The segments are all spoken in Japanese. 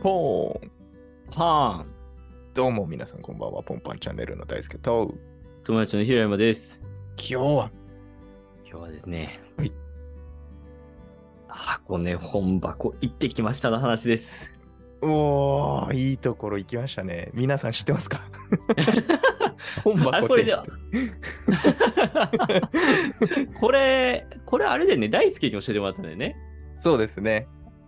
ポーン。 パーン。 どうも皆さんこんばんは。ポンパンチャンネルの大輔と、 友達の平山です。 今今日はですね、 はい、 箱根本箱行ってきましたの話です。 おー、いいところ行きましたね。皆さん知ってますか？本あれ箱ってこれではこれあれでね、大輔に教えてもらったんだよね。 そうですね。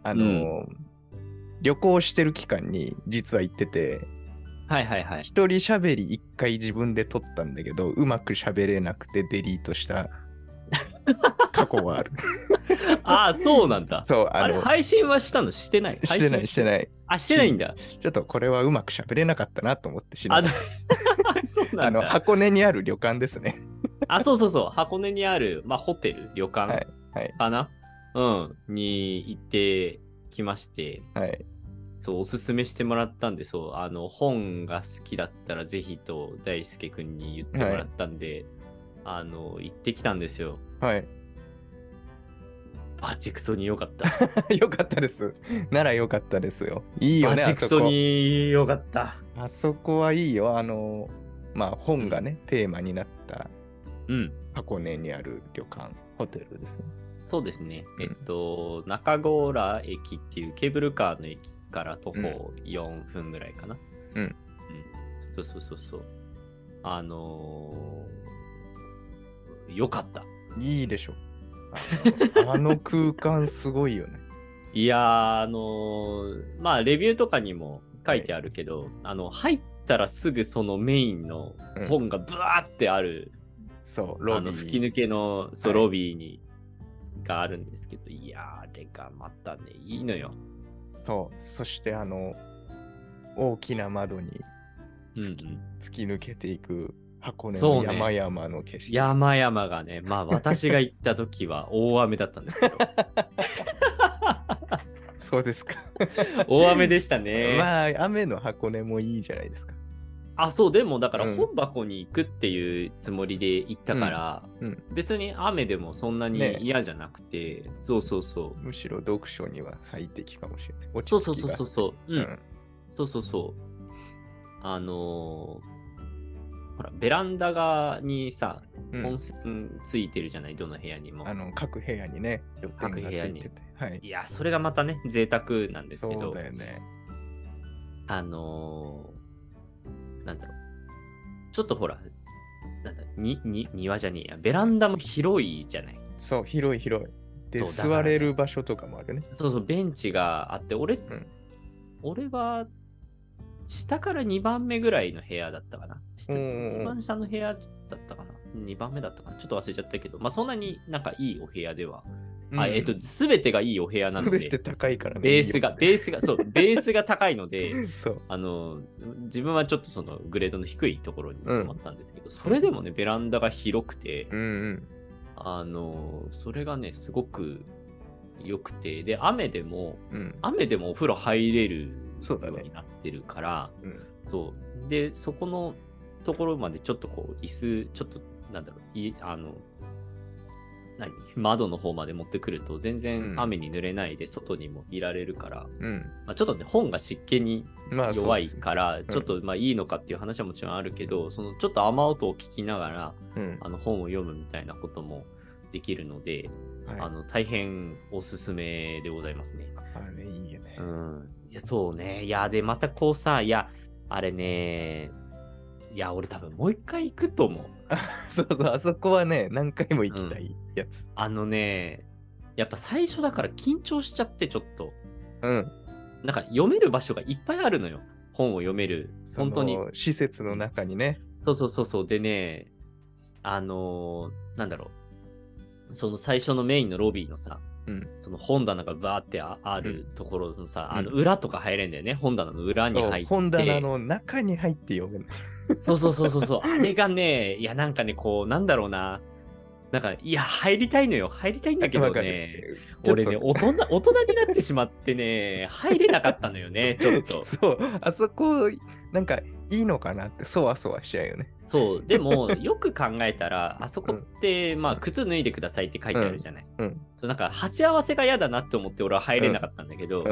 旅行してる期間に実は行ってて、 はいはいはい。 一人喋り一回自分で撮ったんだけど、うまく喋れなくてデリートした過去がある。 ああ、そうなんだ。 そう、 あれ、配信はしたの？してない？ してないしてない。 あ、してないんだ。 ちょっとこれはうまく喋れなかったなと思ってしなあ、 かっそうた。 なんだ。 箱根にある旅館ですね。 あ、そうそうそう。箱根にある、まあ、ホテル、旅は館い、はい、 かな、うん、に行ってきまして、 はい。 そう、おすすめしてもらったんで、そう、本が好きだったらぜひと大輔くんに言ってもらったんで、行ってきたんですよ。 はい。 バチクソに良かった。 よかったです。ならよかったですよ。いいよね、 バチクソに良かった。 あそこはいいよ。まあ、本がね、テーマになったうん。 箱根にある旅館、ホテルですね。 そうですね。 うん中郷浦駅っていうケーブルカーの駅から徒歩4分ぐらいかな。 うん。 うん。そうそうそうそう。良かった。 いいでしょ。あの空間すごいよね。 いやー、まあ、レビューとかにも書いてあるけど、入ったらすぐそのメインの本がブワーってある、 そう、ロビー。 吹き抜けの、そう、ロビーに、があるんですけど、いやー、あれがまたね、いいのよ。 そう、そして大きな窓に突き抜けていく箱根の山々の景色。 ね、山々がね、まあ私が行った時は大雨だったんですけど。 そうですか。 大雨でしたね。 まあ、雨の箱根もいいじゃないですか。 あ、そう、でもだから本箱に行くっていうつもりで行ったから、別に雨でもそんなに嫌じゃなくて、ね、そうそうそう。 むしろ読書には最適かもしれない。 そうそうそうそうそう。うん。そうそうそう。ほら、ベランダがにさ、温泉ついてるじゃない、どの部屋にも。 各部屋にね、 各部屋に。 はい。 いや、それがまたね、贅沢なんですけど。 そうだよね。 なんだろう。ちょっとほら、なんだ、庭じゃねえや。ベランダも広いじゃない。 そう、広い。で、座れる場所とかもあるね。 そうそう、ベンチがあって、俺は、下から2番目ぐらいの部屋だったかな。一番下の部屋だったかな。2番目だったかな。ちょっと忘れちゃったけど、まあそんなになんかいいお部屋では。すべてがいいお部屋なので。 すべて高いからね。 ベースが高いので、 そう自分はちょっとそのグレードの低いところに泊まったんですけど、それでもね、ベランダが広くて、それがね、すごく良くて、で、雨でもお風呂入れるようになってるから、そう。で、そこのところまでちょっとこう、椅子、ちょっと、なんだろう、窓の方まで持ってくると全然雨に濡れないで外にもいられるから、まあ、ちょっとね本が湿気に弱いから、ちょっとまあいいのかっていう話はもちろんあるけど、そのちょっと雨音を聞きながら、本を読むみたいなこともできるので、大変おすすめでございますね。 あれいいよね。 いやそうね。いやでまたこうさ、いやあれね、いや俺多分もう一回行くと思う。 そうそう、あそこはね、何回も行きたいやつ。 やっぱ最初だから緊張しちゃってちょっと。なんか読める場所がいっぱいあるのよ。本を読める。本当に。 施設の中にね。 そう。でね、なんだろう。その最初のメインのロビーのさ、その本棚がバーってあるところのさ、裏とか入れんだよね。本棚の裏に入って。 本棚の中に入って読める。 そう。あれがね、いやなんかね、こう、なんだろうな。なんか、いや、入りたいのよ。入りたいんだけどね。俺ね、大人になってしまってね、入れなかったのよね、ちょっと。 そう、あそこ、なんか、いいのかなって、そわそわしちゃうよね。 そう、でも、よく考えたら、あそこって、まあ、靴脱いでくださいって書いてあるじゃない。なんか、鉢合わせが嫌だなって思って俺は入れなかったんだけど、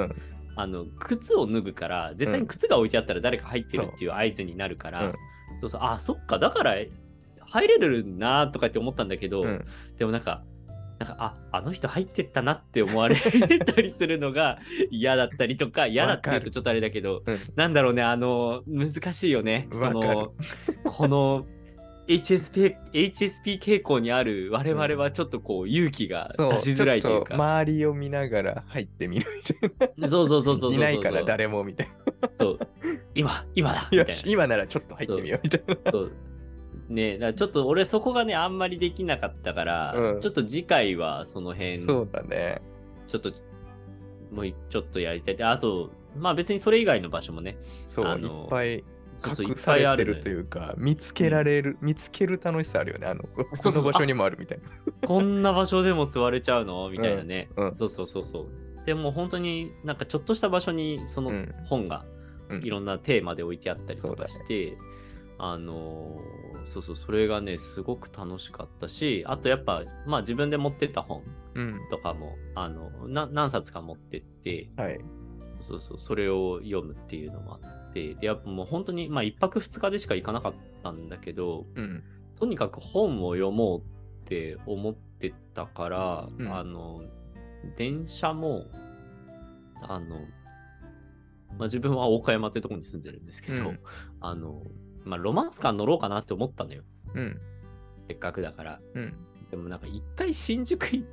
靴を脱ぐから、絶対に靴が置いてあったら誰か入ってるっていう合図になるから、そうそう、あ、そっか、だから入れるなとかって思ったんだけど、でもなんかあの人入ってったなって思われたりするのが嫌だったりとか、嫌だって言うとちょっとあれだけど、なんだろうね、難しいよね。このHSP 傾向にある我々はちょっとこう勇気が出しづらいというか、 周りを見ながら入ってみるみたいな。 そういないから誰もみたいな。 そう今だみたいな。 今ならちょっと入ってみようみたいな。 そうね、だからちょっと俺そこがねあんまりできなかったから、ちょっと次回はその辺そうだね、 ちょっともうちょっとやりたい。あとまあ別にそれ以外の場所もね、 そういっぱい隠されてるというか、見つける楽しさあるよね。この場所にもあるみたいな。 こんな場所でも座れちゃうのみたいなね、そうでも本当になんかちょっとした場所にその本がいろんなテーマで置いてあったりとかして、それがねすごく楽しかったし、あとやっぱまあ自分で持ってった本とかも、何冊か持ってって、それを読むっていうのもあって、でやっぱもう本当にまあ1泊2日でしか行かなかったんだけど、とにかく本を読もうって思ってたから、電車もまあ、自分は大岡山ってとこに住んでるんですけど、まあ、ロマンスカー乗ろうかなって思ったのよ。せっかくだから。でもなんか一回新宿行って、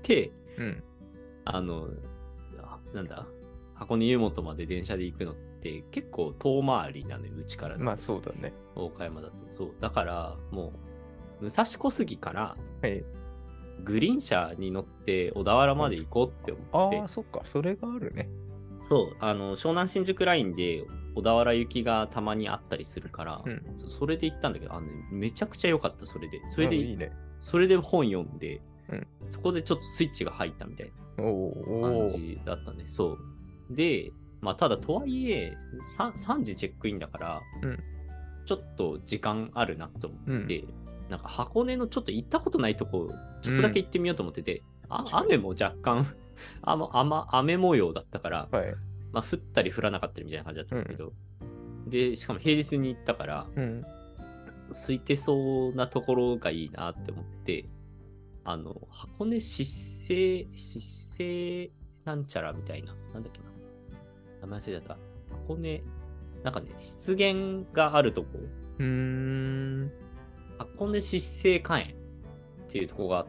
なんだ、箱根湯本まで電車で行くのって結構遠回りなのよ、うちから。 まあそうだね。 大岡山だと。そう。だからもう、武蔵小杉から、グリーン車に乗って小田原まで行こうって思って。 ああ、そっか、それがあるね。 そう、湘南新宿ラインで小田原行きがたまにあったりするから、それで行ったんだけど、めちゃくちゃ良かった、それで。 いいね。 それで本読んで、そこでちょっとスイッチが入ったみたいな感じだったね。そう。で、まあ、ただとはいえ、3時チェックインだから、ちょっと時間あるなと思って、なんか箱根のちょっと行ったことないとこ、ちょっとだけ行ってみようと思ってて、雨も若干、雨模様だったから、まあ、降ったり降らなかったりみたいな感じだったんだけど、で、しかも平日に行ったから、空いてそうなところがいいなって思って、箱根湿生なんちゃらみたいな、なんだっけな。名前忘れちゃった。箱根、なんかね、湿原があるとこ。箱根湿生花園っていうとこがあって、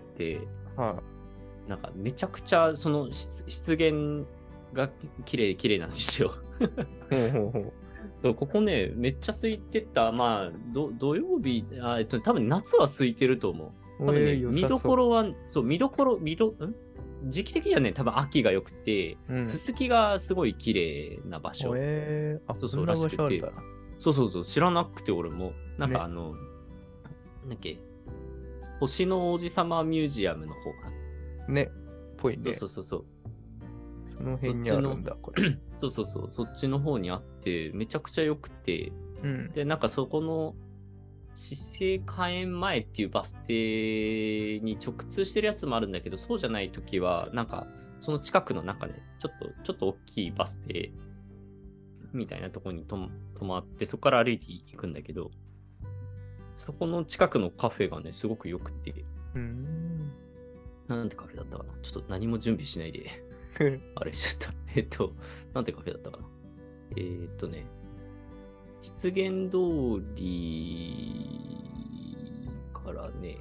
なんかめちゃくちゃその湿原が綺麗なんですよ。そう、ここね、めっちゃ空いてた。まあ、土曜日、多分夏は空いてると思う。多分ね、見どころは、そう、時期的にはね、多分秋が良くて、すすきがすごい綺麗な場所。そう、らしくて。そう、知らなくて俺も。なんかなんだっけ、星の王子様ミュージアムの方かな。 ね、ぽいね。 そう。 その辺にあるんだ、これ。 そっちの方にあって、めちゃくちゃ良くて、で、なんかそこの、湿生花園前っていうバス停に直通してるやつもあるんだけど、そうじゃないときは、なんか、その近くのなんかね、ちょっと大きいバス停みたいなところに止まって、そこから歩いていくんだけど、そこの近くのカフェがね、すごく良くて、なんてカフェだったかな。ちょっと何も準備しないであれしちゃった。なんてカフェだったかな。ね、湿原通りからね、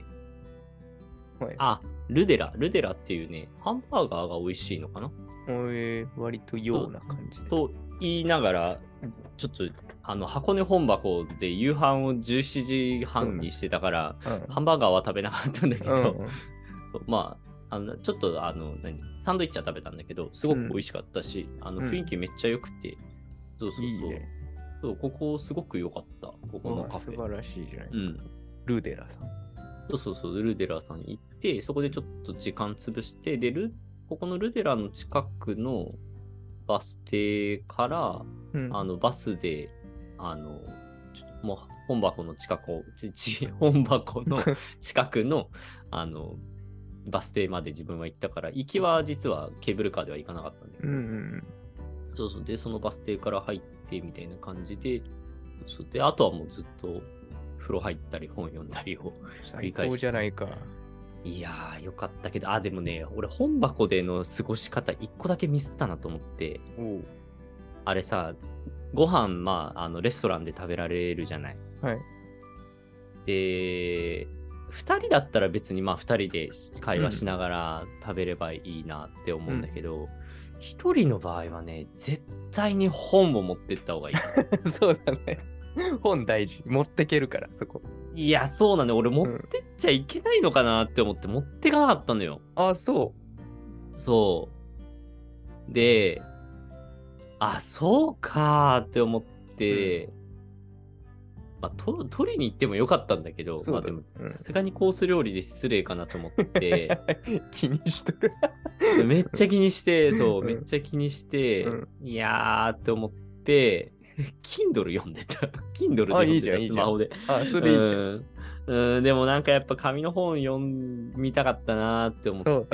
ルデラっていうね、ハンバーガーが美味しいのかな。 割とような感じと言いながら、ちょっと箱根本箱で夕飯を17時半にしてたから、ハンバーガーは食べなかったんだけど、まあ、ちょっとサンドイッチは食べたんだけど、すごく美味しかったし、雰囲気めっちゃ良くて、そう、ここすごく良かった。ここのカフェ。 素晴らしいじゃないですか。ルデラさん。 そう、ルデラさんに行って、そこでちょっと時間潰して、で、ここのルデラの近くのバス停から、バスで、もう本箱の近くの、バス停まで自分は行ったから、行きは実はケーブルカーでは行かなかったんだけど、 そうそう。で、そのバス停から入ってみたいな感じで、そうで、あとはもうずっと風呂入ったり本読んだりを繰り返して。 最高じゃないか。 いやー、よかったけど、でもね、俺本箱での過ごし方一個だけミスったなと思って、あれさ、ご飯、レストランで食べられるじゃない。 はい。 で、2人だったら別に2人で会話しながら食べればいいなって思うんだけど、1人の場合はね、絶対に本を持ってった方がいい。 そうだね。本大事。持ってけるから、そこ。 いや、そうなんだ。俺持ってっちゃいけないのかなって思って持ってかなかったのよ。 そう。 で、そうかーって思って、取りに行ってもよかったんだけど、でも、さすがにコース料理で失礼かなと思って、 気にしとる。 めっちゃ気にして、めっちゃ気にして、いやーって思って、Kindle 読んでた。Kindle で読んでた、スマホで。 それいいじゃん。でもなんかやっぱ紙の本読みたかったなーって思って、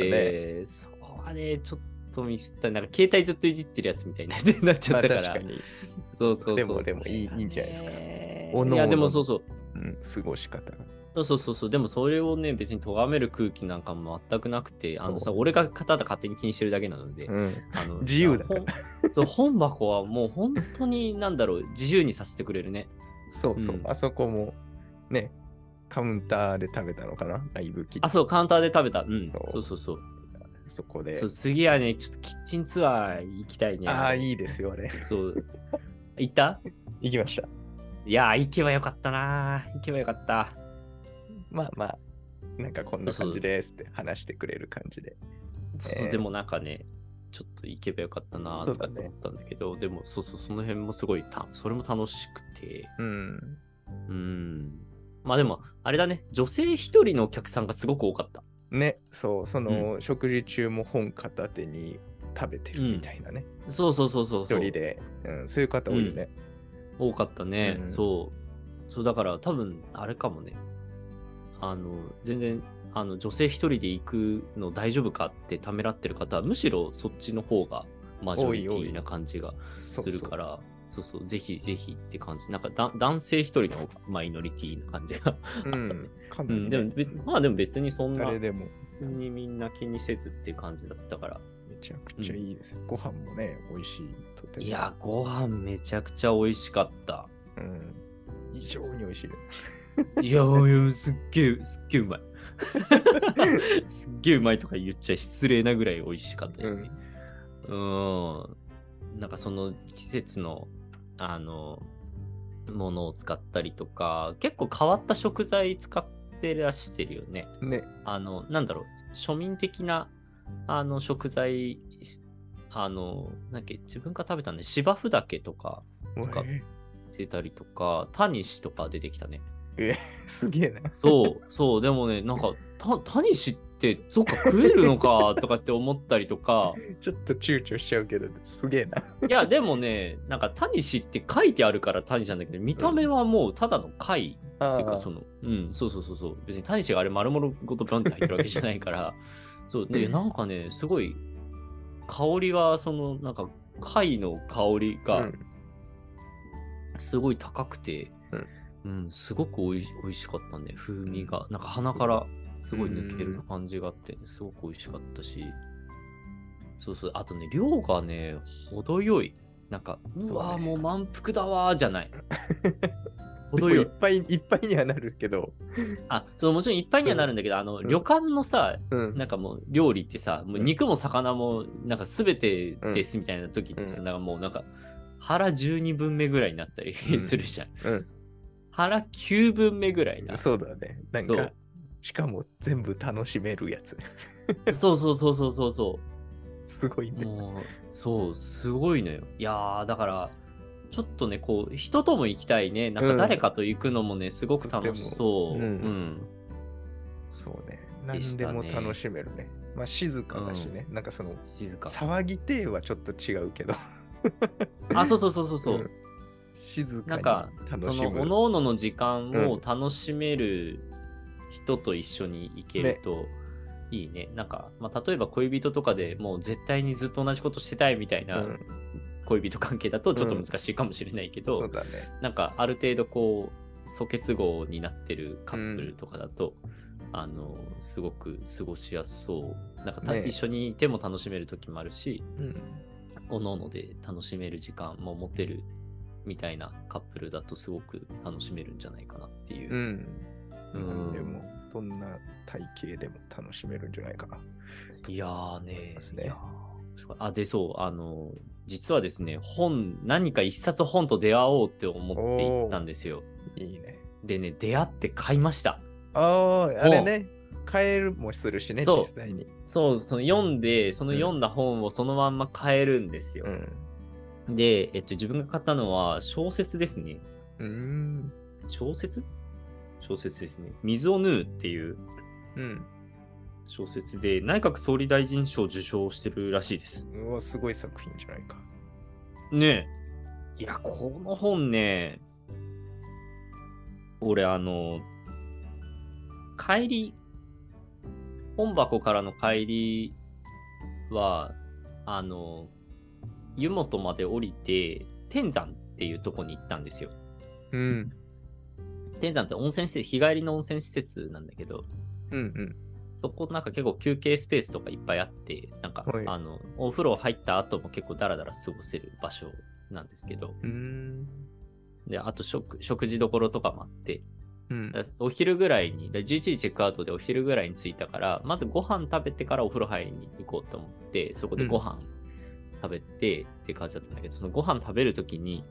そこはね、ちょっとミスった。なんか携帯ずっといじってるやつみたいになっちゃったから。 確かに。 そう。 でもいいんじゃないですか。 いや、でもそう。 過ごし方が。 そう。でもそれをね、別に咎める空気なんかも全くなくて、俺がただ勝手に気にしてるだけなので、 自由だから。 本箱はもう本当に自由にさせてくれるね。 そう。あそこもね、カウンターで食べたのかな、ライブキッチン。 そう、カウンターで食べた。そう。 そこで。 次はね、ちょっとキッチンツアー行きたいね。 いいですよ、あれ。 そう。行った？ 行きました。 いやー、行けばよかったな。行けばよかった。 なんかこんな感じですって話してくれる感じで。 でもなんかね、ちょっと行けばよかったなとか思ったんだけど、でもその辺もすごいそれも楽しくて。でも、あれだね、女性一人のお客さんがすごく多かった。 ね、そう、食事中も本片手に食べてるみたいなね。 そう。一人で、そういう方多いよね。 多かったね。そうだから多分あれかもね。全然女性一人で行くの大丈夫かってためらってる方はむしろそっちの方がマジョリティな感じがするから、そうぜひぜひって感じ。なんか男性一人のマイノリティな感じがでも別にそんな別にみんな気にせずっていう感じだったから。 めちゃくちゃいいですよ。ご飯もね、美味しい。とても。 いや、ご飯めちゃくちゃ美味しかった。 異常に美味しい。 いや、すっげえうまい。すっげえうまいとか言っちゃ失礼なぐらい美味しかったですね。なんかその季節のものを使ったりとか、結構変わった食材使ってらしてるよね。庶民的な食材、自分が食べたね、芝生岳とか使ってたりとか、タニシとか出てきたね。 すげえな。 そう、でもね、なんか、タニシって、そっか、食えるのかとかって思ったりとか。 ちょっと躊躇しちゃうけど、すげえな。 いや、でもね、なんか、タニシって書いてあるからタニシなんだけど、見た目はもうただの貝っていうか、そう。別にタニシがあれ丸々ごとブンって入ってるわけじゃないから、そうで、なんかね、すごい、香りが、なんか、貝の香りが、すごい高くて、すごく美味しかったね。風味が。なんか鼻からすごい抜ける感じがあって、すごく美味しかったし。あとね、量がね、程よい。なんか、もう満腹だわーじゃない。 程よい。いっぱいにはなるけど。 もちろんいっぱいにはなるんだけど、旅館のさ、なんかもう料理ってさ、もう肉も魚もなんか全てですみたいな時ってさ、なんかもうなんか腹12分目ぐらいになったりするじゃん。腹9分目ぐらいな。 そうだね。なんか、しかも全部楽しめるやつ。 そう。 すごいね。 すごいのよ。いやー、だから、ちょっとね、こう、人とも行きたいね。なんか誰かと行くのもね、すごく楽しそう。 そうね。何でも楽しめるね。静かだしね。なんか騒ぎてはちょっと違うけど。 そう。 静かになんか楽しむ。 各々の時間を楽しめる人と一緒に行けるといいね。なんか、例えば恋人とかでもう絶対にずっと同じことしてたいみたいな恋人関係だとちょっと難しいかもしれないけど、 そうだね。 なんかある程度こう素結合になってるカップルとかだと、すごく過ごしやすそう。なんか一緒にいても楽しめる時もあるし、おのおので楽しめる時間も持てるみたいなカップルだとすごく楽しめるんじゃないかなっていう。 でもどんな体型でも楽しめるんじゃないかな。 いやーね。でそう実はですね、何か一冊本と出会おうって思って行ったんですよ。 いいね。 でね、出会って買いました。 あれね、買えるもするしね、実際に。 そう、読んだ本をそのまんま買えるんですよ。で、自分が買ったのは小説ですね。小説ですね。水を縫うっていう小説で、内閣総理大臣賞を受賞してるらしいです。 すごい作品じゃないか。 ねえ。いや、この本ね、俺本箱からの帰りは、湯本まで降りて、天山っていうとこに行ったんですよ。天山って日帰りの温泉施設なんだけど、そこなんか結構休憩スペースとかいっぱいあって、なんか、お風呂入った後も結構ダラダラ過ごせる場所なんですけど、で、あと食事どころとかもあって、お昼ぐらいに、11時チェックアウトでお昼ぐらいに着いたから、まずご飯食べてからお風呂入りに行こうと思って、そこでご飯食べてって感じだったんだけど、そのご飯食べるときに、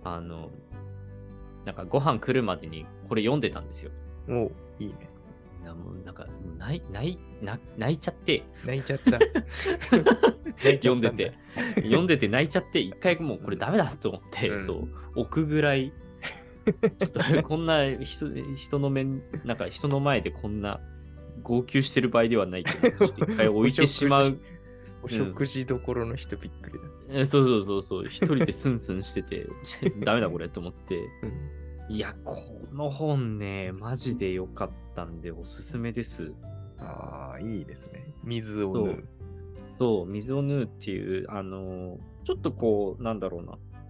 なんかご飯来るまでにこれ読んでたんですよ。 いいね。 もうなんか泣いちゃって。 泣いちゃった。 読んでて泣いちゃって、一回もうこれダメだと思って、置くぐらい、ちょっとこんな人のなんか人の前でこんな号泣してる場合ではないけど、ちょっと一回置いてしまう。 お食事どころの人びっくりだ。そう。一人でスンスンしてて、ダメだこれと思って。いや、この本ね、マジで良かったんでおすすめです。 いいですね。水を縫う。 そう、水を縫うっていう、ちょっとこう、なんだろう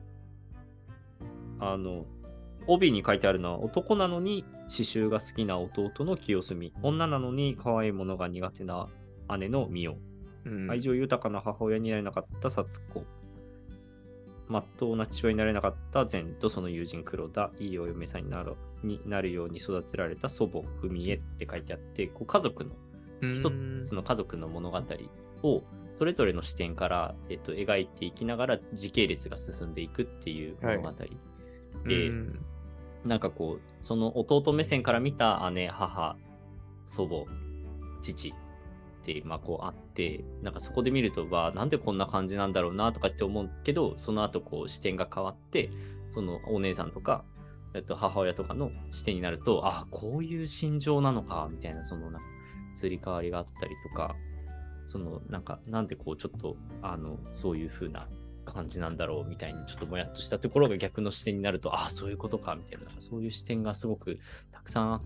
な。帯に書いてあるのは、男なのに刺繍が好きな弟の清澄、女なのに可愛いものが苦手な姉の美代、愛情豊かな母親になれなかった幸子、まっとうな父親になれなかった善とその友人黒田、いいお嫁さんになるように育てられた祖母文江って書いてあって、こう家族の一つの家族の物語をそれぞれの視点から、描いていきながら時系列が進んでいくっていう物語、で、なんかこうその弟目線から見た姉、母、祖母、父ってこうあって、なんかそこで見るとなんでこんな感じなんだろうなとかって思うけど、その後こう視点が変わって、そのお姉さんとか、母親とかの視点になると、こういう心情なのかみたいな、そのなんか移り変わりがあったりとか、そのなんでこうちょっとそういう風な感じなんだろうみたいにちょっともやっとしたところが逆の視点になると、そういうことかみたいな、そういう視点がすごくたくさんあって、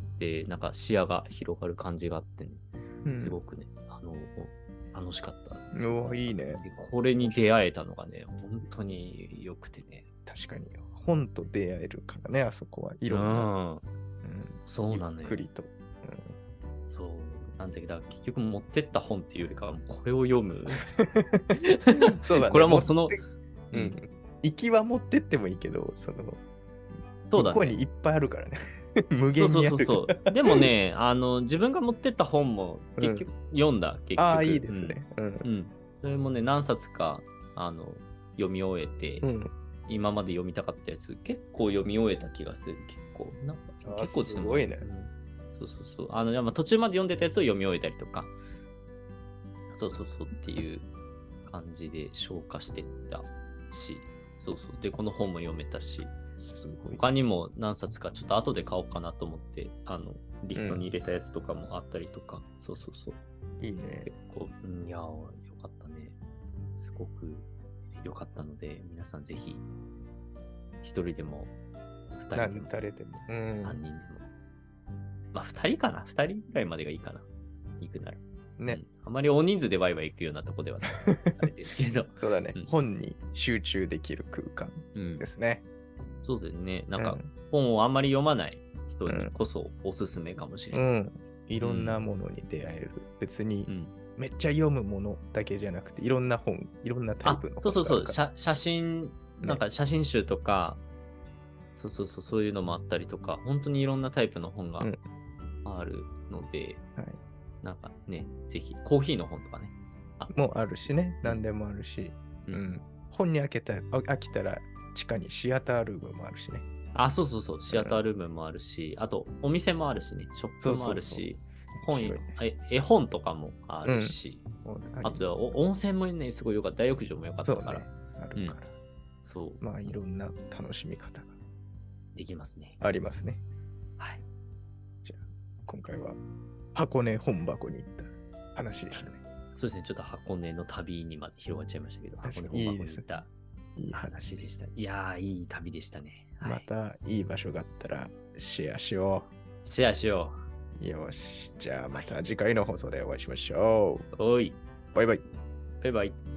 なんか視野が広がる感じがあってね、すごくね、楽しかったです。 いいね。 これに出会えたのがね、本当に良くてね。 確かに本と出会えるからね、あそこはいろんな。 そうなのよ。 ゆっくりと。 そうなんだけど、結局持ってった本っていうよりかはこれを読む。 そうだね。 これはもうその、 行きは持ってってもいいけど、 そうだね。 向こうにいっぱいあるからね。無限にある。 そうでもね、自分が持ってった本も結局読んだ。結局いいですね。 それもね、何冊か読み終えて、今まで読みたかったやつ結構読み終えた気がする。結構すごいね。 そう途中まで読んでたやつを読み終えたりとか、っていう感じで消化してったし、でこの本も読めたし、 すごい。 他にも何冊かちょっと後で買おうかなと思ってリストに入れたやつとかもあったりとか、 いいね。 結構いやよかったね。すごくよかったので、皆さんぜひ一人でも二人でも誰でも 3人でも、2人かな、2人ぐらいまでがいいかな、行くなら。 ね、 あまり大人数でワイワイ行くようなとこではないあれですけど。 そうだね、本に集中できる空間ですね。 そうですね。なんか、本をあんまり読まない人にこそおすすめかもしれない。 いろんなものに出会える。別に、めっちゃ読むものだけじゃなくて、いろんな本、いろんなタイプの本。 そう。写真、なんか写真集とか、そういうのもあったりとか、本当にいろんなタイプの本があるので、なんかね、ぜひ、コーヒーの本とかね。 もうあるしね、何でもあるし、本に飽きたら、地下にシアタールームもあるしね。 そう、シアタールームもあるし、あと、お店もあるしね、ショップもあるし、絵本とかもあるし、あとは温泉もね、すごい良かった。大浴場も良かったから。 あるから。そう。まあ、いろんな楽しみ方ができますね。 ありますね。 はい。 じゃあ、今回は箱根本箱に行った話でしたね。 そうですね、ちょっと箱根の旅にまで広がっちゃいましたけど、箱根本箱に行った話でした。いやー、いい旅でしたね。 またいい場所があったらシェアしよう。シェアしよう。よし。じゃあまた次回の放送でお会いしましょう。おい。 バイバイ。 バイバイ。